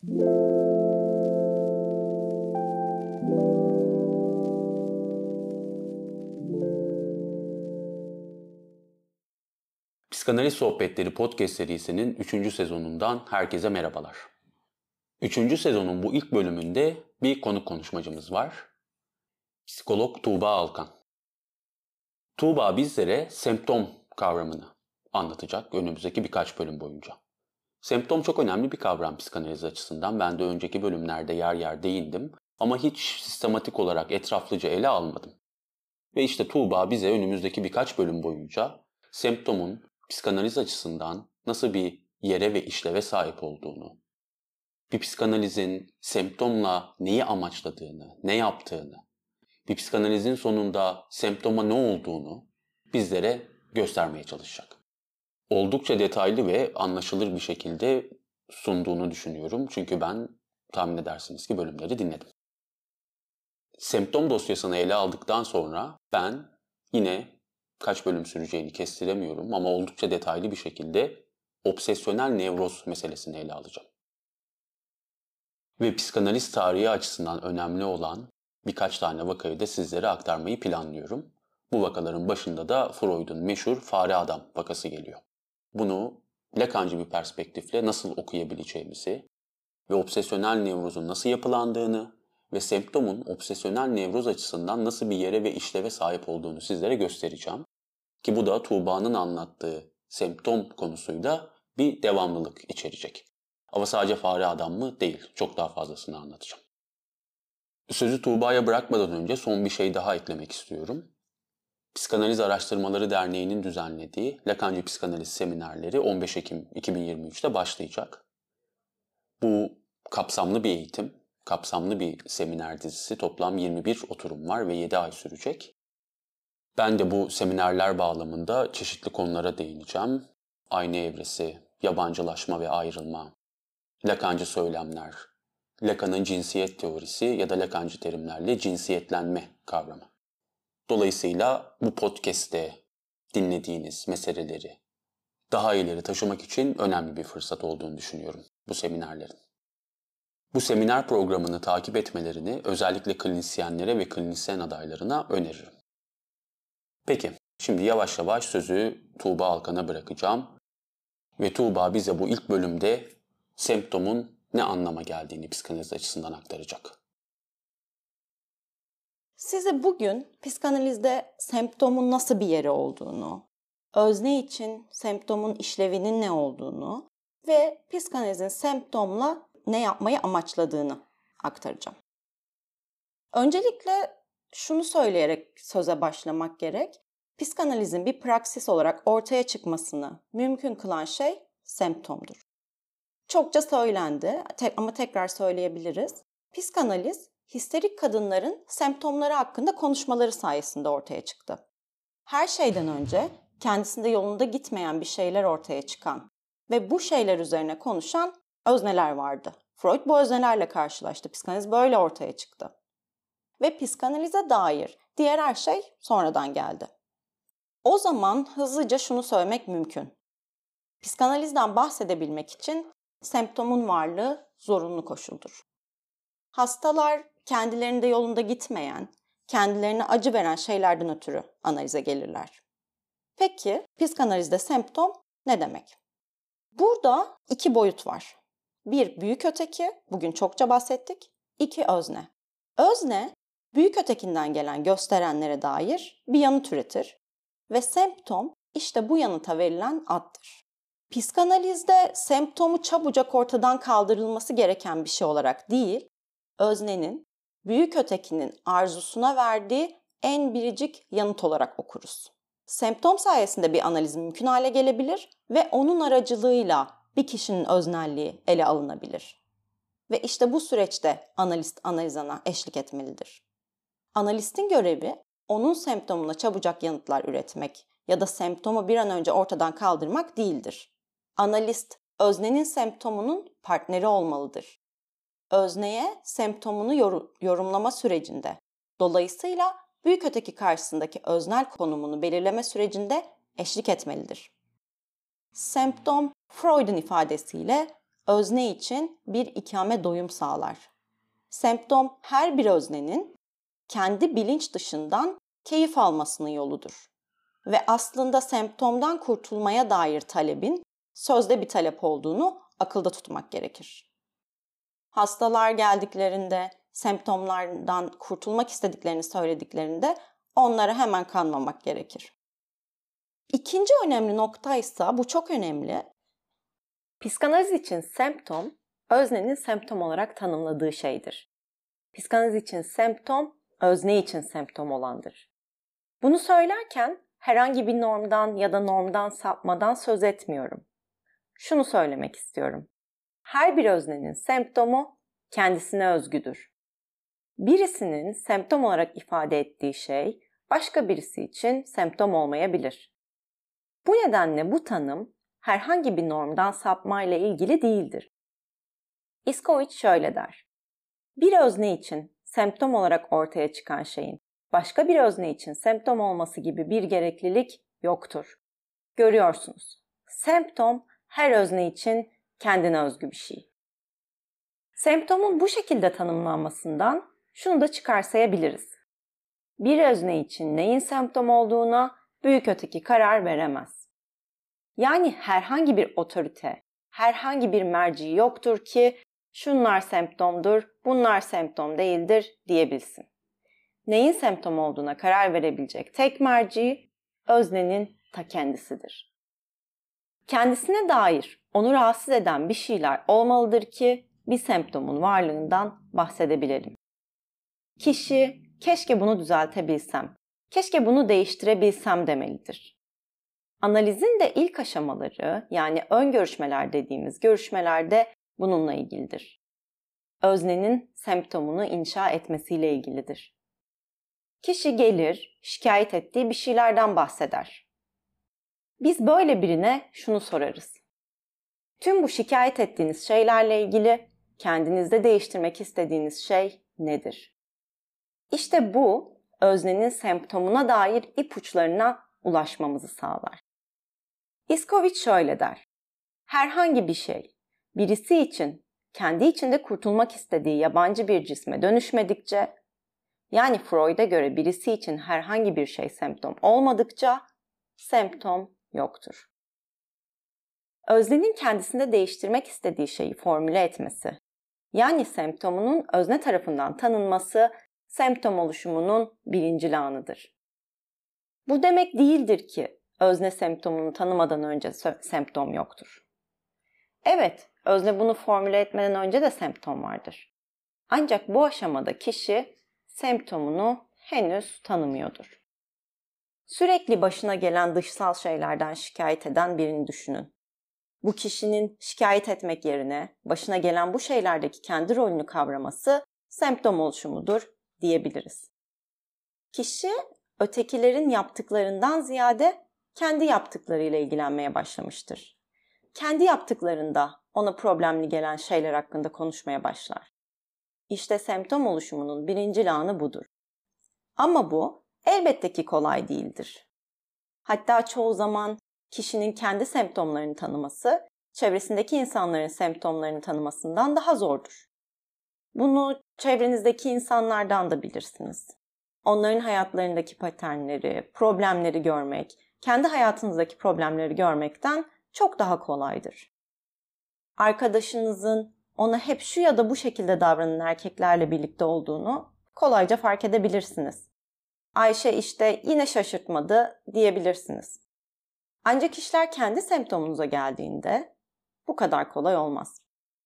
Psikanaliz Sohbetleri podcast serisinin 3. sezonundan herkese merhabalar. 3. sezonun bu ilk bölümünde bir konuk konuşmacımız var. Psikolog Tuğba Alkan. Tuğba bizlere semptom kavramını anlatacak önümüzdeki birkaç bölüm boyunca. Semptom çok önemli bir kavram psikanaliz açısından. Ben de önceki bölümlerde yer yer değindim ama hiç sistematik olarak etraflıca ele almadım. Ve işte Tuğba bize önümüzdeki birkaç bölüm boyunca semptomun psikanaliz açısından nasıl bir yere ve işleve sahip olduğunu, bir psikanalizin semptomla neyi amaçladığını, ne yaptığını, bir psikanalizin sonunda semptoma ne olduğunu bizlere göstermeye çalışacak. Oldukça detaylı ve anlaşılır bir şekilde sunduğunu düşünüyorum. Çünkü ben tahmin edersiniz ki bölümleri dinledim. Semptom dosyasını ele aldıktan sonra ben yine kaç bölüm süreceğini kestiremiyorum ama oldukça detaylı bir şekilde obsesyonel nevroz meselesini ele alacağım. Ve psikanaliz tarihi açısından önemli olan birkaç tane vakayı da sizlere aktarmayı planlıyorum. Bu vakaların başında da Freud'un meşhur fare adam vakası geliyor. Bunu Lacancı bir perspektifle nasıl okuyabileceğimizi ve obsesyonel nevrozun nasıl yapılandığını ve semptomun obsesyonel nevroz açısından nasıl bir yere ve işleve sahip olduğunu sizlere göstereceğim. Ki bu da Tuğba'nın anlattığı semptom konusuyla bir devamlılık içerecek. Ama sadece fare adam mı? Değil. Çok daha fazlasını anlatacağım. Sözü Tuğba'ya bırakmadan önce son bir şey daha eklemek istiyorum. Psikanaliz Araştırmaları Derneği'nin düzenlediği Lacancı Psikanaliz Seminerleri 15 Ekim 2023'te başlayacak. Bu kapsamlı bir eğitim, kapsamlı bir seminer dizisi. Toplam 21 oturum var ve 7 ay sürecek. Ben de bu seminerler bağlamında çeşitli konulara değineceğim. Ayna evresi, yabancılaşma ve ayrılma, Lacancı söylemler, Lacan'ın cinsiyet teorisi ya da Lacancı terimlerle cinsiyetlenme kavramı. Dolayısıyla bu podcast'te dinlediğiniz meseleleri daha ileri taşımak için önemli bir fırsat olduğunu düşünüyorum bu seminerlerin. Bu seminer programını takip etmelerini özellikle klinisyenlere ve klinisyen adaylarına öneririm. Peki, şimdi yavaş yavaş sözü Tuğba Alkan'a bırakacağım. Ve Tuğba bize bu ilk bölümde semptomun ne anlama geldiğini psikanaliz açısından aktaracak. Size bugün psikanalizde semptomun nasıl bir yeri olduğunu, özne için semptomun işlevinin ne olduğunu ve psikanalizin semptomla ne yapmayı amaçladığını aktaracağım. Öncelikle şunu söyleyerek söze başlamak gerek. Psikanalizin bir praksis olarak ortaya çıkmasını mümkün kılan şey semptomdur. Çokça söylendi ama tekrar söyleyebiliriz. Psikanaliz, histerik kadınların semptomları hakkında konuşmaları sayesinde ortaya çıktı. Her şeyden önce kendisinde yolunda gitmeyen bir şeyler ortaya çıkan ve bu şeyler üzerine konuşan özneler vardı. Freud bu öznelerle karşılaştı. Psikanaliz böyle ortaya çıktı. Ve psikanalize dair diğer her şey sonradan geldi. O zaman hızlıca şunu söylemek mümkün. Psikanalizden bahsedebilmek için semptomun varlığı zorunlu koşuldur. Hastalar kendilerinde yolunda gitmeyen, kendilerine acı veren şeylerden ötürü analize gelirler. Peki psikanalizde semptom ne demek? Burada iki boyut var. Bir büyük öteki, bugün çokça bahsettik. İki özne. Özne, büyük ötekinden gelen gösterenlere dair bir yanıt üretir ve semptom işte bu yanıta verilen addır. Psikanalizde semptomu çabucak ortadan kaldırılması gereken bir şey olarak değil, öznenin büyük ötekinin arzusuna verdiği en biricik yanıt olarak okuruz. Semptom sayesinde bir analiz mümkün hale gelebilir ve onun aracılığıyla bir kişinin öznelliği ele alınabilir. Ve işte bu süreçte analist analizana eşlik etmelidir. Analistin görevi onun semptomuna çabucak yanıtlar üretmek ya da semptomu bir an önce ortadan kaldırmak değildir. Analist, öznenin semptomunun partneri olmalıdır. Özneye semptomunu yorumlama sürecinde, dolayısıyla büyük öteki karşısındaki öznel konumunu belirleme sürecinde eşlik etmelidir. Semptom, Freud'un ifadesiyle özne için bir ikame doyum sağlar. Semptom her bir öznenin kendi bilinç dışından keyif almasının yoludur. Ve aslında semptomdan kurtulmaya dair talebin sözde bir talep olduğunu akılda tutmak gerekir. Hastalar geldiklerinde, semptomlardan kurtulmak istediklerini söylediklerinde onlara hemen kanmamak gerekir. İkinci önemli nokta ise, bu çok önemli. Psikanaliz için semptom, öznenin semptom olarak tanımladığı şeydir. Psikanaliz için semptom, özne için semptom olandır. Bunu söylerken herhangi bir normdan ya da normdan sapmadan söz etmiyorum. Şunu söylemek istiyorum. Her bir öznenin semptomu kendisine özgüdür. Birisinin semptom olarak ifade ettiği şey başka birisi için semptom olmayabilir. Bu nedenle bu tanım herhangi bir normdan sapmayla ilgili değildir. Iskovic şöyle der. Bir özne için semptom olarak ortaya çıkan şeyin başka bir özne için semptom olması gibi bir gereklilik yoktur. Görüyorsunuz, semptom her özne için kendine özgü bir şey. Semptomun bu şekilde tanımlanmasından şunu da çıkarsayabiliriz. Bir özne için neyin semptom olduğuna büyük öteki karar veremez. Yani herhangi bir otorite, herhangi bir merci yoktur ki şunlar semptomdur, bunlar semptom değildir diyebilsin. Neyin semptom olduğuna karar verebilecek tek merci öznenin ta kendisidir. Kendisine dair onu rahatsız eden bir şeyler olmalıdır ki bir semptomun varlığından bahsedebilelim. Kişi, keşke bunu düzeltebilsem, keşke bunu değiştirebilsem demelidir. Analizin de ilk aşamaları, yani ön görüşmeler dediğimiz görüşmelerde bununla ilgilidir. Öznenin semptomunu inşa etmesiyle ilgilidir. Kişi gelir, şikayet ettiği bir şeylerden bahseder. Biz böyle birine şunu sorarız. Tüm bu şikayet ettiğiniz şeylerle ilgili kendinizde değiştirmek istediğiniz şey nedir? İşte bu, öznenin semptomuna dair ipuçlarına ulaşmamızı sağlar. Iskovic şöyle der. Herhangi bir şey, birisi için kendi içinde kurtulmak istediği yabancı bir cisme dönüşmedikçe, yani Freud'a göre birisi için herhangi bir şey semptom olmadıkça, semptom yoktur. Öznenin kendisinde değiştirmek istediği şeyi formüle etmesi, yani semptomunun özne tarafından tanınması, semptom oluşumunun birincil anıdır. Bu demek değildir ki özne semptomunu tanımadan önce semptom yoktur. Evet, özne bunu formüle etmeden önce de semptom vardır. Ancak bu aşamada kişi semptomunu henüz tanımıyordur. Sürekli başına gelen dışsal şeylerden şikayet eden birini düşünün. Bu kişinin şikayet etmek yerine başına gelen bu şeylerdeki kendi rolünü kavraması semptom oluşumudur diyebiliriz. Kişi ötekilerin yaptıklarından ziyade kendi yaptıklarıyla ilgilenmeye başlamıştır. Kendi yaptıklarında ona problemli gelen şeyler hakkında konuşmaya başlar. İşte semptom oluşumunun birincil anı budur. Ama bu elbette ki kolay değildir. Hatta çoğu zaman kişinin kendi semptomlarını tanıması, çevresindeki insanların semptomlarını tanımasından daha zordur. Bunu çevrenizdeki insanlardan da bilirsiniz. Onların hayatlarındaki paternleri, problemleri görmek, kendi hayatınızdaki problemleri görmekten çok daha kolaydır. Arkadaşınızın ona hep şu ya da bu şekilde davranan erkeklerle birlikte olduğunu kolayca fark edebilirsiniz. Ayşe işte yine şaşırtmadı diyebilirsiniz. Ancak işler kendi semptomunuza geldiğinde bu kadar kolay olmaz.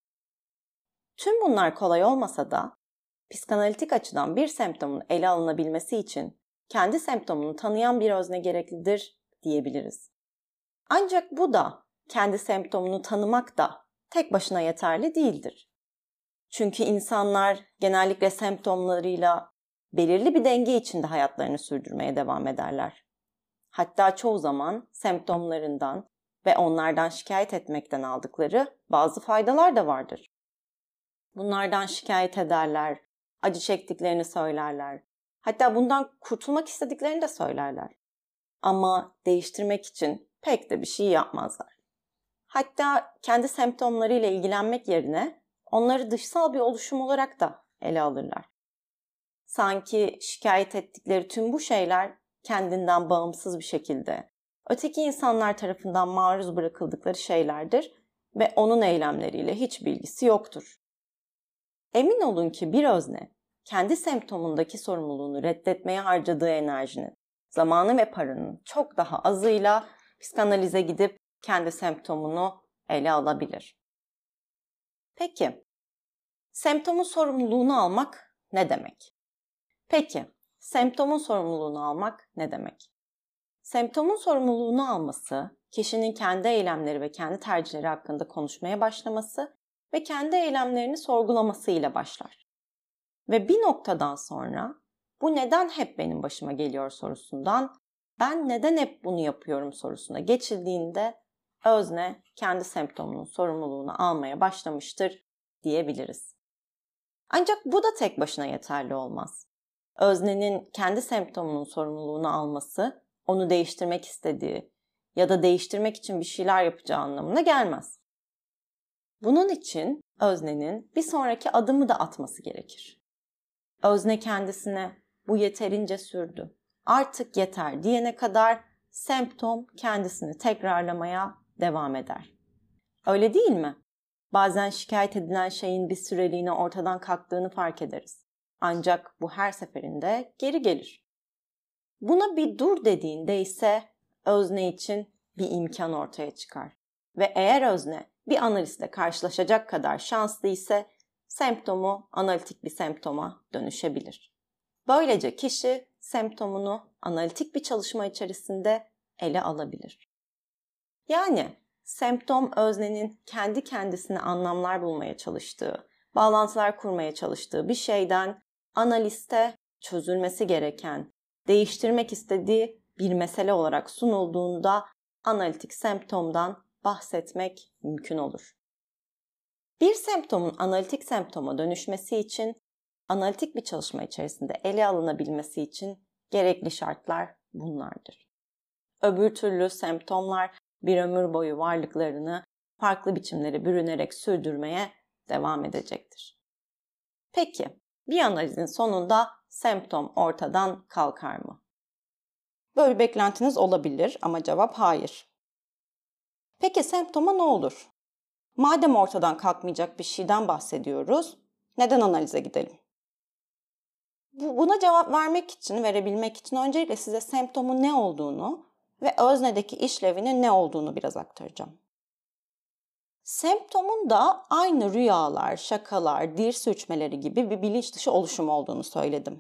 Tüm bunlar kolay olmasa da psikanalitik açıdan bir semptomun ele alınabilmesi için kendi semptomunu tanıyan bir özne gereklidir diyebiliriz. Ancak bu da, kendi semptomunu tanımak da tek başına yeterli değildir. Çünkü insanlar genellikle semptomlarıyla belirli bir denge içinde hayatlarını sürdürmeye devam ederler. Hatta çoğu zaman semptomlarından ve onlardan şikayet etmekten aldıkları bazı faydalar da vardır. Bunlardan şikayet ederler, acı çektiklerini söylerler. Hatta bundan kurtulmak istediklerini de söylerler. Ama değiştirmek için pek de bir şey yapmazlar. Hatta kendi semptomlarıyla ilgilenmek yerine onları dışsal bir oluşum olarak da ele alırlar. Sanki şikayet ettikleri tüm bu şeyler kendinden bağımsız bir şekilde öteki insanlar tarafından maruz bırakıldıkları şeylerdir ve onun eylemleriyle hiç bilgisi yoktur. Emin olun ki bir özne kendi semptomundaki sorumluluğunu reddetmeye harcadığı enerjinin, zamanı ve paranın çok daha azıyla psikanalize gidip kendi semptomunu ele alabilir. Peki, semptomun sorumluluğunu almak ne demek? Semptomun sorumluluğunu alması, kişinin kendi eylemleri ve kendi tercihleri hakkında konuşmaya başlaması ve kendi eylemlerini sorgulaması ile başlar. Ve bir noktadan sonra bu neden hep benim başıma geliyor sorusundan ben neden hep bunu yapıyorum sorusuna geçildiğinde özne kendi semptomunun sorumluluğunu almaya başlamıştır diyebiliriz. Ancak bu da tek başına yeterli olmaz. Öznenin kendi semptomunun sorumluluğunu alması, onu değiştirmek istediği ya da değiştirmek için bir şeyler yapacağı anlamına gelmez. Bunun için öznenin bir sonraki adımı da atması gerekir. Özne kendisine bu yeterince sürdü, artık yeter diyene kadar semptom kendisini tekrarlamaya devam eder. Öyle değil mi? Bazen şikayet edilen şeyin bir süreliğine ortadan kalktığını fark ederiz. Ancak bu her seferinde geri gelir. Buna bir dur dediğinde ise özne için bir imkan ortaya çıkar. Ve eğer özne bir analistle karşılaşacak kadar şanslı ise semptomu analitik bir semptoma dönüşebilir. Böylece kişi semptomunu analitik bir çalışma içerisinde ele alabilir. Yani semptom öznenin kendi kendisine anlamlar bulmaya çalıştığı, bağlantılar kurmaya çalıştığı bir şeyden analiste çözülmesi gereken, değiştirmek istediği bir mesele olarak sunulduğunda analitik semptomdan bahsetmek mümkün olur. Bir semptomun analitik semptoma dönüşmesi için, analitik bir çalışma içerisinde ele alınabilmesi için gerekli şartlar bunlardır. Öbür türlü semptomlar bir ömür boyu varlıklarını farklı biçimlere bürünerek sürdürmeye devam edecektir. Peki, bir analizin sonunda semptom ortadan kalkar mı? Böyle bir beklentiniz olabilir ama cevap hayır. Peki semptoma ne olur? Madem ortadan kalkmayacak bir şeyden bahsediyoruz, neden analize gidelim? Buna cevap verebilmek için öncelikle size semptomun ne olduğunu ve öznedeki işlevinin ne olduğunu biraz aktaracağım. Semptomun da aynı rüyalar, şakalar, dil sürçmeleri gibi bir bilinç dışı oluşum olduğunu söyledim.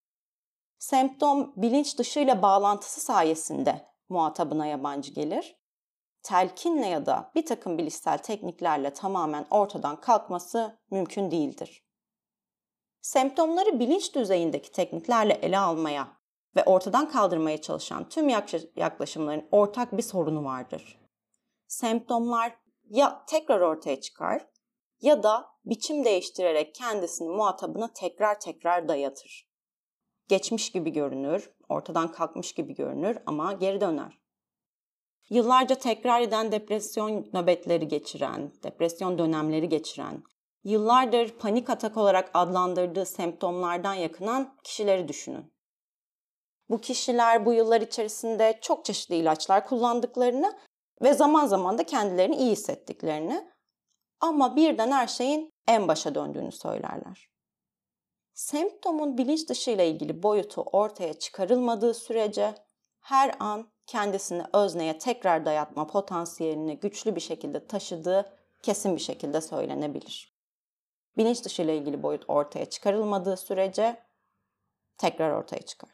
Semptom bilinç dışıyla bağlantısı sayesinde muhatabına yabancı gelir. Telkinle ya da bir takım bilişsel tekniklerle tamamen ortadan kalkması mümkün değildir. Semptomları bilinç düzeyindeki tekniklerle ele almaya ve ortadan kaldırmaya çalışan tüm yaklaşımların ortak bir sorunu vardır. Semptomlar ya tekrar ortaya çıkar ya da biçim değiştirerek kendisini muhatabına tekrar dayatır. Geçmiş gibi görünür, ortadan kalkmış gibi görünür ama geri döner. Yıllarca tekrar eden depresyon nöbetleri geçiren, depresyon dönemleri geçiren, yıllardır panik atak olarak adlandırdığı semptomlardan yakınan kişileri düşünün. Bu kişiler bu yıllar içerisinde çok çeşitli ilaçlar kullandıklarını ve zaman zaman da kendilerini iyi hissettiklerini ama birden her şeyin en başa döndüğünü söylerler. Semptomun bilinç dışı ile ilgili boyutu ortaya çıkarılmadığı sürece her an kendisini özneye tekrar dayatma potansiyelini güçlü bir şekilde taşıdığı kesin bir şekilde söylenebilir. Bilinç dışı ile ilgili boyut ortaya çıkarılmadığı sürece tekrar ortaya çıkar.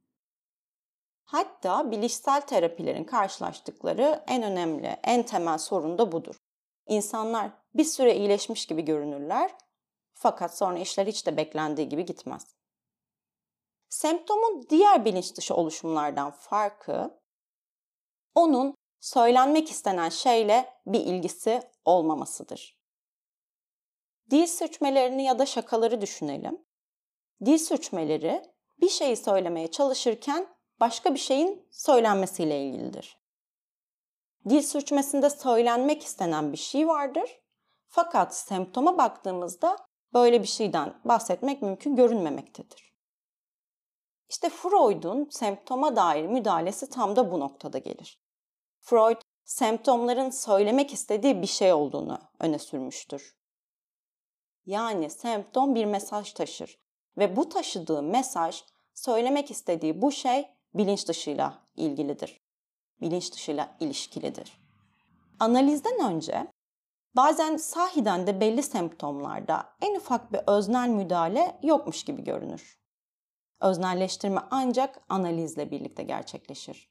Hatta bilişsel terapilerin karşılaştıkları en önemli, en temel sorun da budur. İnsanlar bir süre iyileşmiş gibi görünürler fakat sonra işler hiç de beklendiği gibi gitmez. Semptomun diğer bilinç dışı oluşumlardan farkı, onun söylenmek istenen şeyle bir ilgisi olmamasıdır. Dil sürçmelerini ya da şakaları düşünelim. Dil sürçmeleri bir şeyi söylemeye çalışırken başka bir şeyin söylenmesiyle ilgilidir. Dil sürçmesinde söylenmek istenen bir şey vardır. Fakat semptoma baktığımızda böyle bir şeyden bahsetmek mümkün görünmemektedir. İşte Freud'un semptoma dair müdahalesi tam da bu noktada gelir. Freud, semptomların söylemek istediği bir şey olduğunu öne sürmüştür. Yani semptom bir mesaj taşır ve bu taşıdığı mesaj, söylemek istediği bu şey bilinç dışıyla ilgilidir. Bilinç dışıyla ilişkilidir. Analizden önce bazen sahiden de belli semptomlarda en ufak bir öznel müdahale yokmuş gibi görünür. Öznelleştirme ancak analizle birlikte gerçekleşir.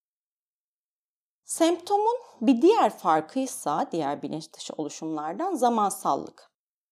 Semptomun bir diğer farkıysa diğer bilinç dışı oluşumlardan zamansallık.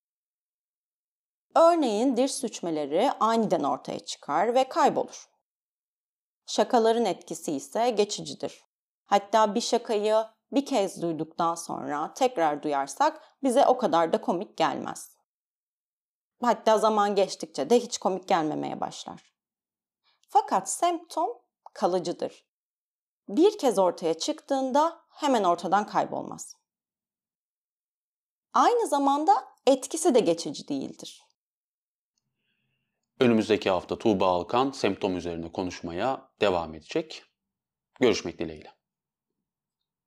Örneğin diş sürçmeleri aniden ortaya çıkar ve kaybolur. Şakaların etkisi ise geçicidir. Hatta bir şakayı bir kez duyduktan sonra tekrar duyarsak bize o kadar da komik gelmez. Hatta zaman geçtikçe de hiç komik gelmemeye başlar. Fakat semptom kalıcıdır. Bir kez ortaya çıktığında hemen ortadan kaybolmaz. Aynı zamanda etkisi de geçici değildir. Önümüzdeki hafta Tuğba Alkan semptom üzerine konuşmaya devam edecek. Görüşmek dileğiyle.